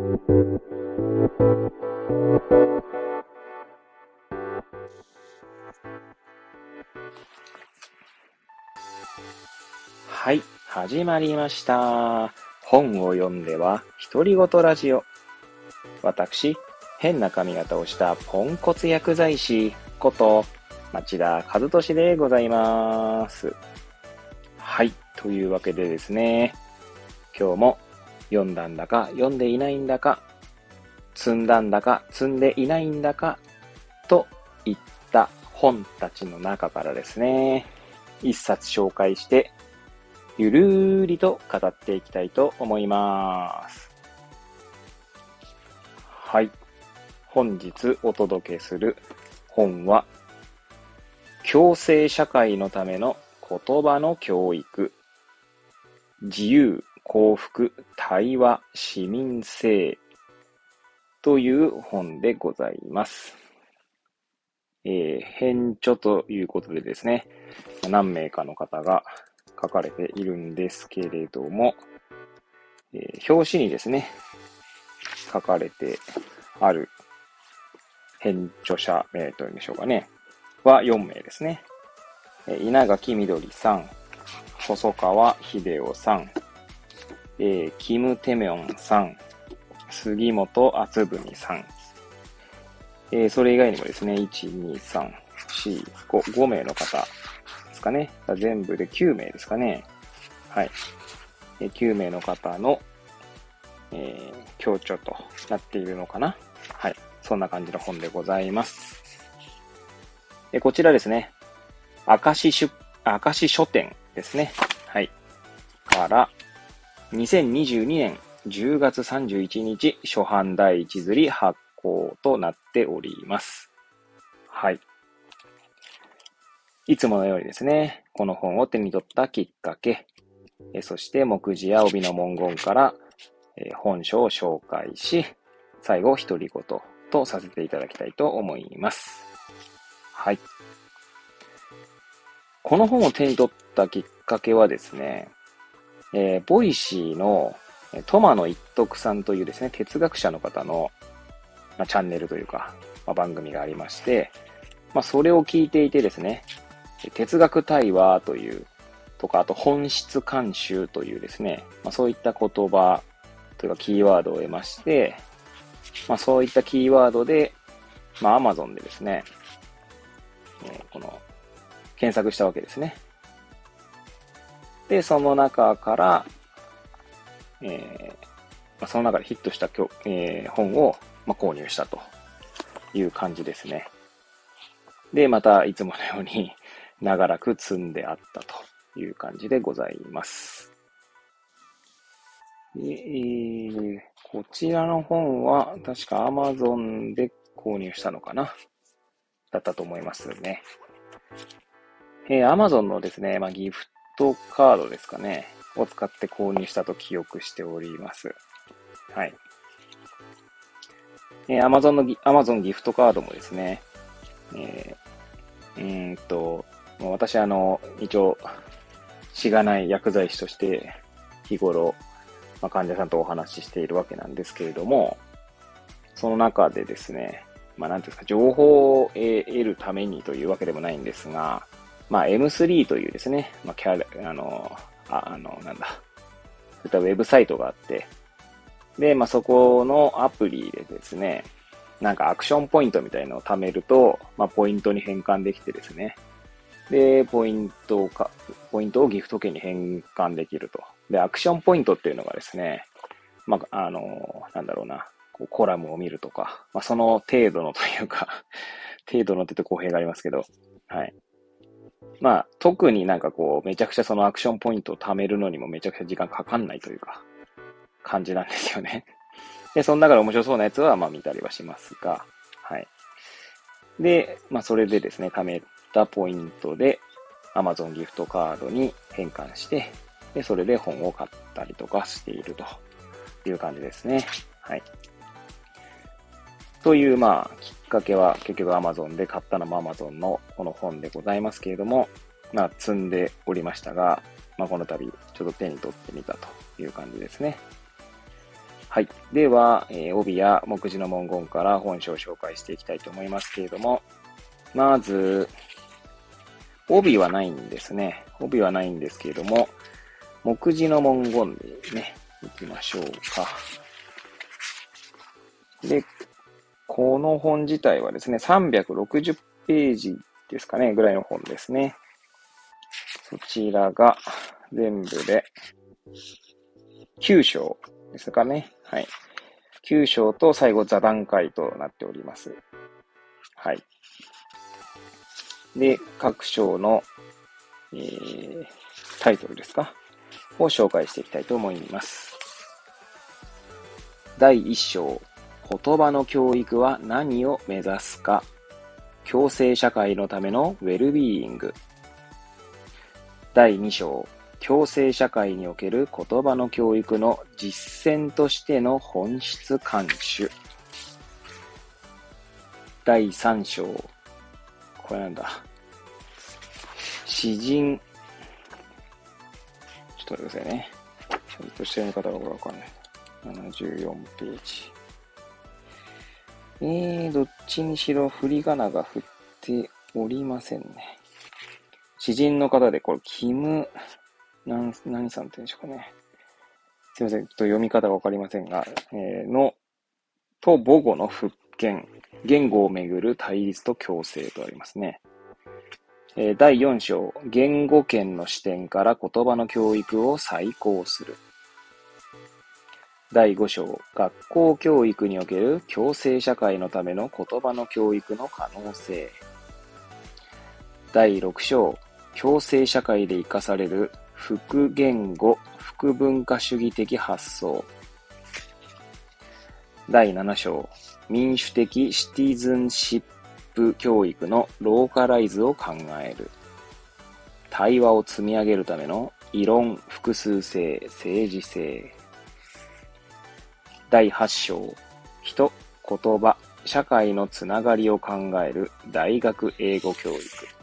はい、始まりました。本を読んでは独り言ラジオ。私、変な髪型をしたポンコツ薬剤師こと町田和俊でございます。はい、というわけでですね、今日も読んだんだか読んでいないんだか、積んだんだか積んでいないんだかといった本たちの中からですね、一冊紹介してゆるーりと語っていきたいと思います。はい。本日お届けする本は、共生社会のための言葉の教育。自由、幸福、対話、市民性という本でございます。編著ということでですね、何名かの方が書かれているんですけれども、表紙にですね、書かれてある編著者名というんでしょうかね、は4名ですね。稲垣みどりさん、細川秀夫さん、キム・テミョンさん、杉本敦文さん、それ以外にもですね、1、2、3、4、5名の方ですかね。全部で9名ですかね。はい。9名の方の、共著となっているのかな。はい。そんな感じの本でございます。こちらですね、明石書店ですね。はい。から、2022年10月31日、初版第一刷り発行となっております。はい。いつものようにですね、この本を手に取ったきっかけ、そして目次や帯の文言から、本書を紹介し、最後、独り言とさせていただきたいと思います。はい。この本を手に取ったきっかけはですね、ボイシーのトマの一徳さんというですね、哲学者の方の、チャンネルというか、番組がありまして、それを聞いていてですね、哲学対話というとか、あと本質監修というですね、そういった言葉というかキーワードを得まして、そういったキーワードで、Amazon でですね、この検索したわけですね。で、その中から、その中でヒットした、本を、購入したという感じですね。で、またいつものように長らく積んであったという感じでございます。こちらの本は確か Amazon で購入したのかなだったと思いますね。Amazon のですね、ギフトカードですかね、を使って購入したと記憶しております。はい。Amazon ギフトカードもですね、私一応、しがない薬剤師として日頃、患者さんとお話ししているわけなんですけれども、その中でですね、なんていうんですか、情報を得るためにというわけでもないんですが、M3 というですね、なんだ、そういったウェブサイトがあって、で、そこのアプリでですね、なんかアクションポイントみたいのを貯めると、ポイントに変換できてですね、で、ポイントをギフト券に変換できると。で、アクションポイントっていうのがですね、なんだろうな、コラムを見るとか、その程度のというか、程度のって言うと公平がありますけど、はい。特になんかめちゃくちゃそのアクションポイントを貯めるのにもめちゃくちゃ時間かかんないというか、感じなんですよね。で、その中で面白そうなやつは、見たりはしますが、はい。で、それでですね、貯めたポイントで、Amazon ギフトカードに変換して、で、それで本を買ったりとかしているという感じですね。はい。という、きっかけは結局 Amazon で買ったのも Amazon のこの本でございますけれども、積んでおりましたが、この度ちょっと手に取ってみたという感じですね。 はい。では、帯や目次の文言から本書を紹介していきたいと思いますけれども、まず、帯はないんですね。帯はないんですけれども、目次の文言でね、いきましょうか。で、この本自体はですね、360ページですかね、ぐらいの本ですね。そちらが全部で9章ですかね。はい。9章と最後座談会となっております。はい。で、各章の、タイトルですかを紹介していきたいと思います。第1章、言葉の教育は何を目指すか。共生社会のためのウェルビーイング。第2章、共生社会における言葉の教育の実践としての本質監守。第3章、これなんだ。詩人、ちょっと待ってくださいね。ちゃんとした読み方がわかんない。74ページ。どっちにしろ振り仮名が振っておりませんね。詩人の方で、これ、何さんって言うんでしょうかね。すいません。ちょっと読み方がわかりませんが、と母語の復権、言語をめぐる対立と共生とありますね。第4章、言語圏の視点から言葉の教育を再考する。第5章、学校教育における共生社会のための言葉の教育の可能性。第6章、共生社会で生かされる複言語、複文化主義的発想。第7章、民主的シティズンシップ教育のローカライズを考える。対話を積み上げるための異論、複数性、政治性。第8章、人、言葉、社会のつながりを考える大学英語教育。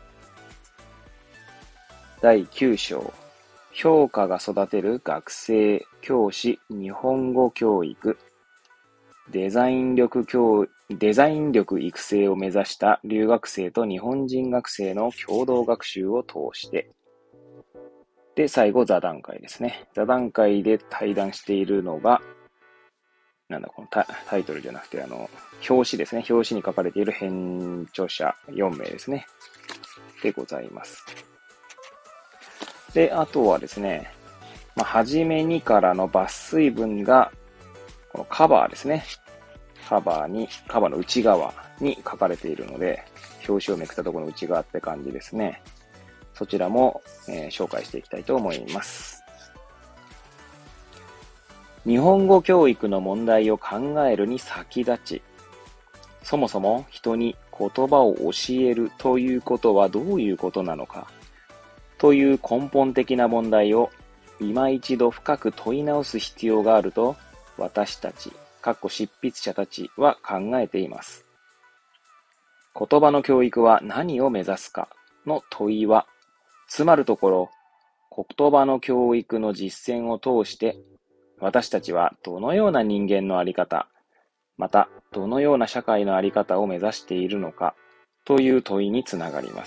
第9章、評価が育てる学生、教師、日本語教育。デザイン力育成を目指した留学生と日本人学生の共同学習を通して。で、最後、座談会ですね。座談会で対談しているのが、このタイトルじゃなくて、表紙ですね。表紙に書かれている編著者4名ですね。でございます。で、あとはですね、初めにからの抜粋文が、このカバーですね。カバーの内側に書かれているので、表紙をめくったところの内側って感じですね。そちらも、紹介していきたいと思います。日本語教育の問題を考えるに先立ち、そもそも人に言葉を教えるということはどういうことなのか、という根本的な問題を今一度深く問い直す必要があると、私たち、執筆者たちは考えています。言葉の教育は何を目指すかの問いは、つまるところ、言葉の教育の実践を通して、私たちはどのような人間のあり方、またどのような社会のあり方を目指しているのかという問いにつながります。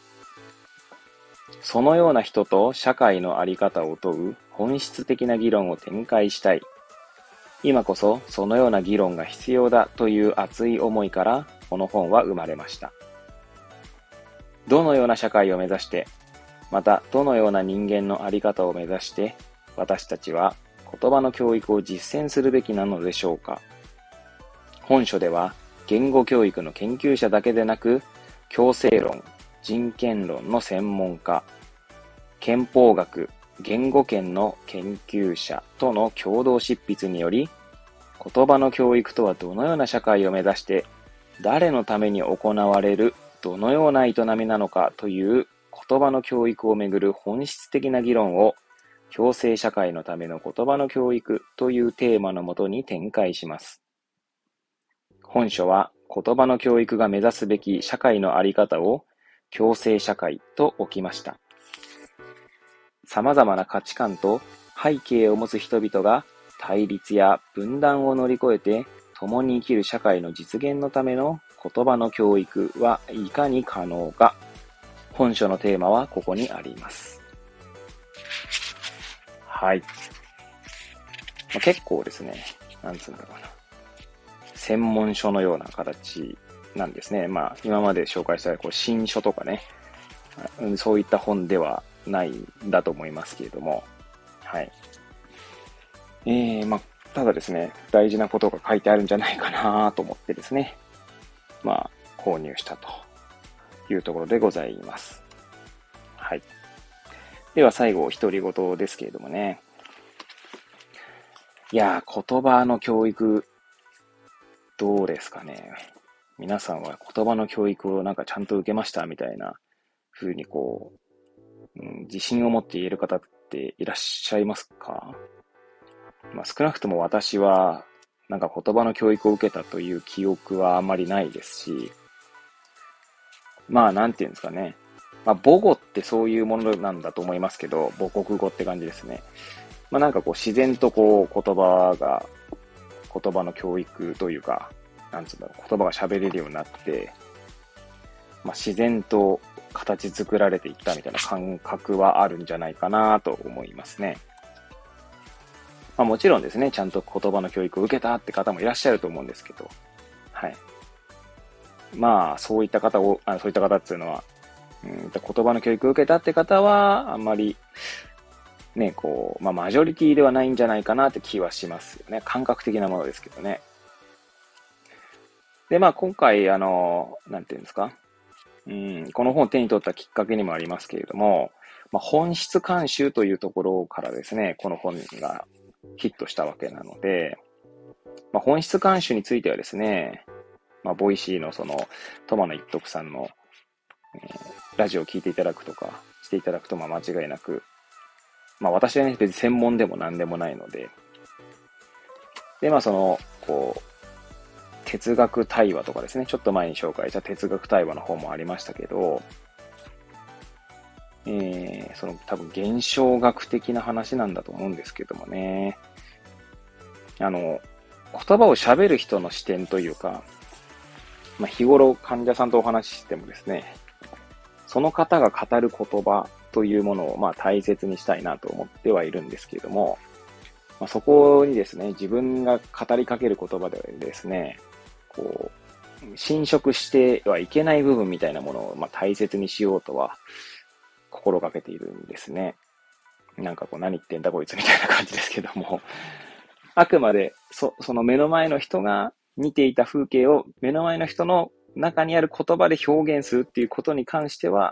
そのような人と社会のあり方を問う本質的な議論を展開したい。今こそそのような議論が必要だという熱い思いからこの本は生まれました。どのような社会を目指して、またどのような人間のあり方を目指して私たちは言葉の教育を実践するべきなのでしょうか。本書では言語教育の研究者だけでなく、共生論、人権論の専門家、憲法学、言語圏の研究者との共同執筆により、言葉の教育とはどのような社会を目指して、誰のために行われるどのような営みなのかという言葉の教育をめぐる本質的な議論を、共生社会のための言葉の教育というテーマのもとに展開します。本書は言葉の教育が目指すべき社会のあり方を共生社会と置きました。様々な価値観と背景を持つ人々が対立や分断を乗り越えて共に生きる社会の実現のための言葉の教育はいかに可能か。本書のテーマはここにあります。はい。結構ですね、なんつうんだろうな。専門書のような形なんですね。今まで紹介した新書とかね、そういった本ではないんだと思いますけれども、はい。ただですね、大事なことが書いてあるんじゃないかなと思ってですね、購入したというところでございます。はい。では最後、独り言ですけれどもね。いやー、言葉の教育、どうですかね。皆さんは言葉の教育をちゃんと受けましたみたいな風に自信を持って言える方っていらっしゃいますか？少なくとも私は、言葉の教育を受けたという記憶はあまりないですし、なんていうんですかね。母語ってそういうものなんだと思いますけど、母国語って感じですね。自然と言葉の教育というか、言葉が喋れるようになって、自然と形作られていったみたいな感覚はあるんじゃないかなと思いますね。もちろんですね、ちゃんと言葉の教育を受けたって方もいらっしゃると思うんですけど、はい。そういった方っていうのは、言葉の教育を受けたって方は、あんまり、ね、マジョリティではないんじゃないかなって気はしますよね。感覚的なものですけどね。で、今回、なんていうんですか。この本を手に取ったきっかけにもありますけれども、本質監修というところからですね、この本がヒットしたわけなので、本質監修についてはですね、ボイシーの友野一徳さんの、ラジオを聞いていただくとかしていただくと間違いなく、私はね、別に専門でも何でもないので、で、哲学対話とかですね、ちょっと前に紹介した哲学対話の本もありましたけど、多分現象学的な話なんだと思うんですけどもね、言葉を喋る人の視点というか、日頃患者さんとお話ししてもですね、その方が語る言葉というものを大切にしたいなと思ってはいるんですけれども、そこにですね、自分が語りかける言葉でですね、侵食してはいけない部分みたいなものを大切にしようとは心がけているんですね。何言ってんだこいつみたいな感じですけども、あくまでその目の前の人が見ていた風景を目の前の人の中にある言葉で表現するっていうことに関しては、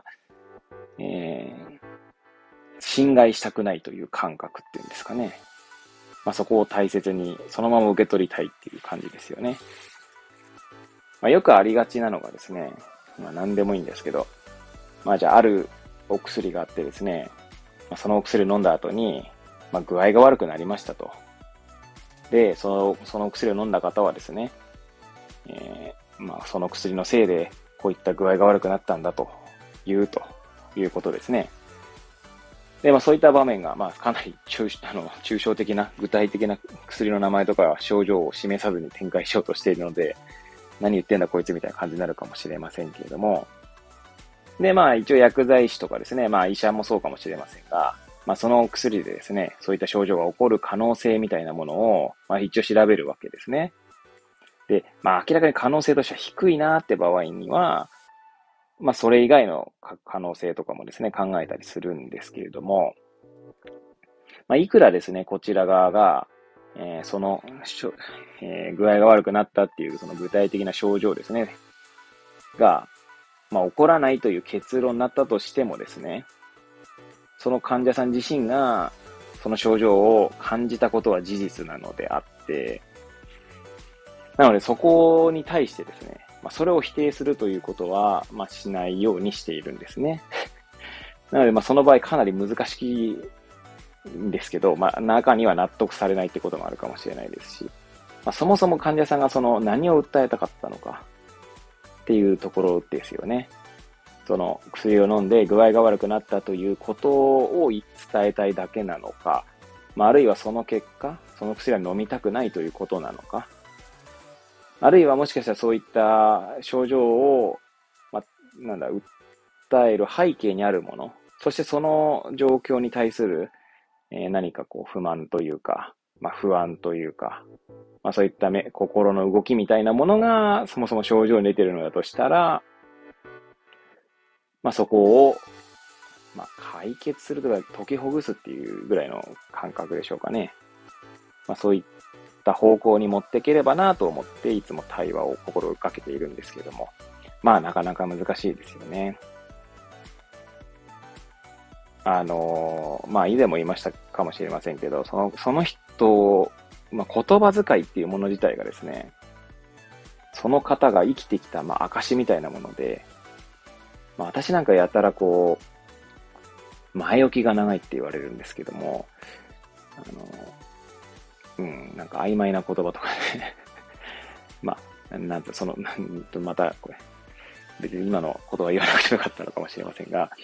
侵害したくないという感覚っていうんですかね。そこを大切にそのまま受け取りたいっていう感じですよね。よくありがちなのがですね、何でもいいんですけど、じゃああるお薬があってですね、そのお薬飲んだ後に、具合が悪くなりましたと。で、その薬を飲んだ方はですね、その薬のせいでこういった具合が悪くなったんだということですね。で、そういった場面が、かなり抽象的な、具体的な薬の名前とか症状を示さずに展開しようとしているので、何言ってんだこいつみたいな感じになるかもしれませんけれども、で、一応薬剤師とかですね、医者もそうかもしれませんが、その薬でですね、そういった症状が起こる可能性みたいなものを、一応調べるわけですね。で、明らかに可能性としては低いなって場合には、それ以外の可能性とかもですね、考えたりするんですけれども、いくらですね、こちら側が、具合が悪くなったっていうその具体的な症状ですね、が、起こらないという結論になったとしてもですね、その患者さん自身がその症状を感じたことは事実なのであって、なのでそこに対してですね、それを否定するということは、しないようにしているんですね。なので、その場合かなり難しいんですけど、中には納得されないってこともあるかもしれないですし、そもそも患者さんが何を訴えたかったのかっていうところですよね。その薬を飲んで具合が悪くなったということを伝えたいだけなのか、 あるいはその結果、その薬は飲みたくないということなのか、あるいはもしかしたらそういった症状を、訴える背景にあるもの、そしてその状況に対する、何か不満というか、不安というか、そういった心の動きみたいなものがそもそも症状に出ているのだとしたら、そこを、解決するとか解きほぐすっていうぐらいの感覚でしょうかね。そういった方向に持っていければなと思っていつも対話を心がけているんですけども、なかなか難しいですよね。以前も言いましたかもしれませんけど、その人、言葉遣いっていうもの自体がですね、その方が生きてきた、証みたいなもので、私なんかやたら前置きが長いって言われるんですけども、なんか曖昧な言葉とかね、またこれ、別に今の言葉言わなくてもよかったのかもしれませんが、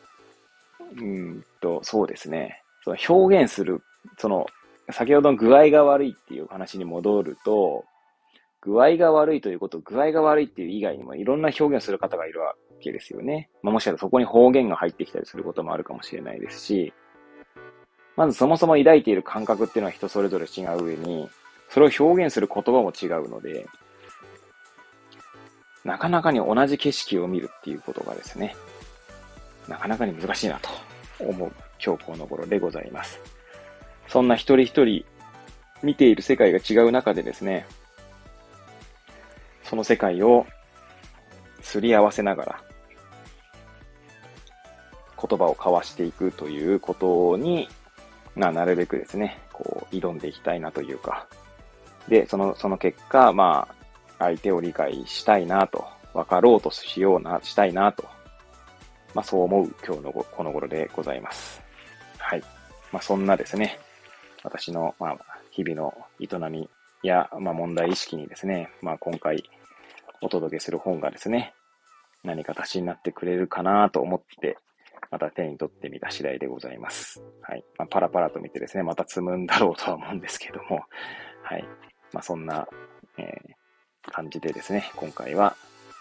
そうですね。その表現する、先ほどの具合が悪いっていう話に戻ると、具合が悪いということ、具合が悪いっていう以外にもいろんな表現する方がいるわけですよね。もしかしたらそこに方言が入ってきたりすることもあるかもしれないですし、まずそもそも抱いている感覚っていうのは人それぞれ違う上に、それを表現する言葉も違うので、なかなかに同じ景色を見るっていうことがですね、なかなかに難しいなと思う今日この頃でございます。そんな一人一人見ている世界が違う中でですね、その世界をすり合わせながら言葉を交わしていくということに、なるべくですね、挑んでいきたいなというか、で、その結果、相手を理解したいなと、分かろうとしたいなと、そう思う今日のこの頃でございます。はい。そんなですね、私の、日々の営みや、問題意識にですね、今回お届けする本がですね、何か足しになってくれるかなと思って、また手に取ってみた次第でございます。はい。パラパラと見てですね、また積むんだろうとは思うんですけども、はい。そんな、感じでですね、今回は、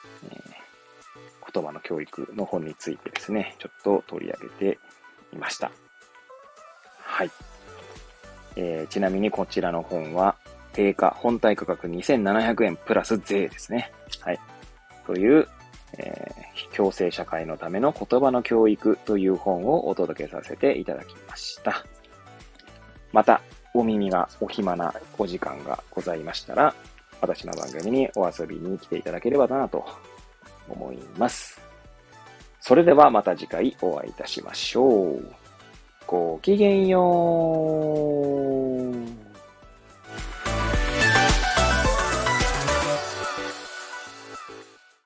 言葉の教育の本についてですね、ちょっと取り上げてみました。はい。ちなみにこちらの本は、定価、本体価格2700円プラス税ですね。はい。という、共生社会のための言葉の教育という本をお届けさせていただきました。また、お耳がお暇なお時間がございましたら、私の番組にお遊びに来ていただければなと思います。それではまた次回お会いいたしましょう。ごきげんよう。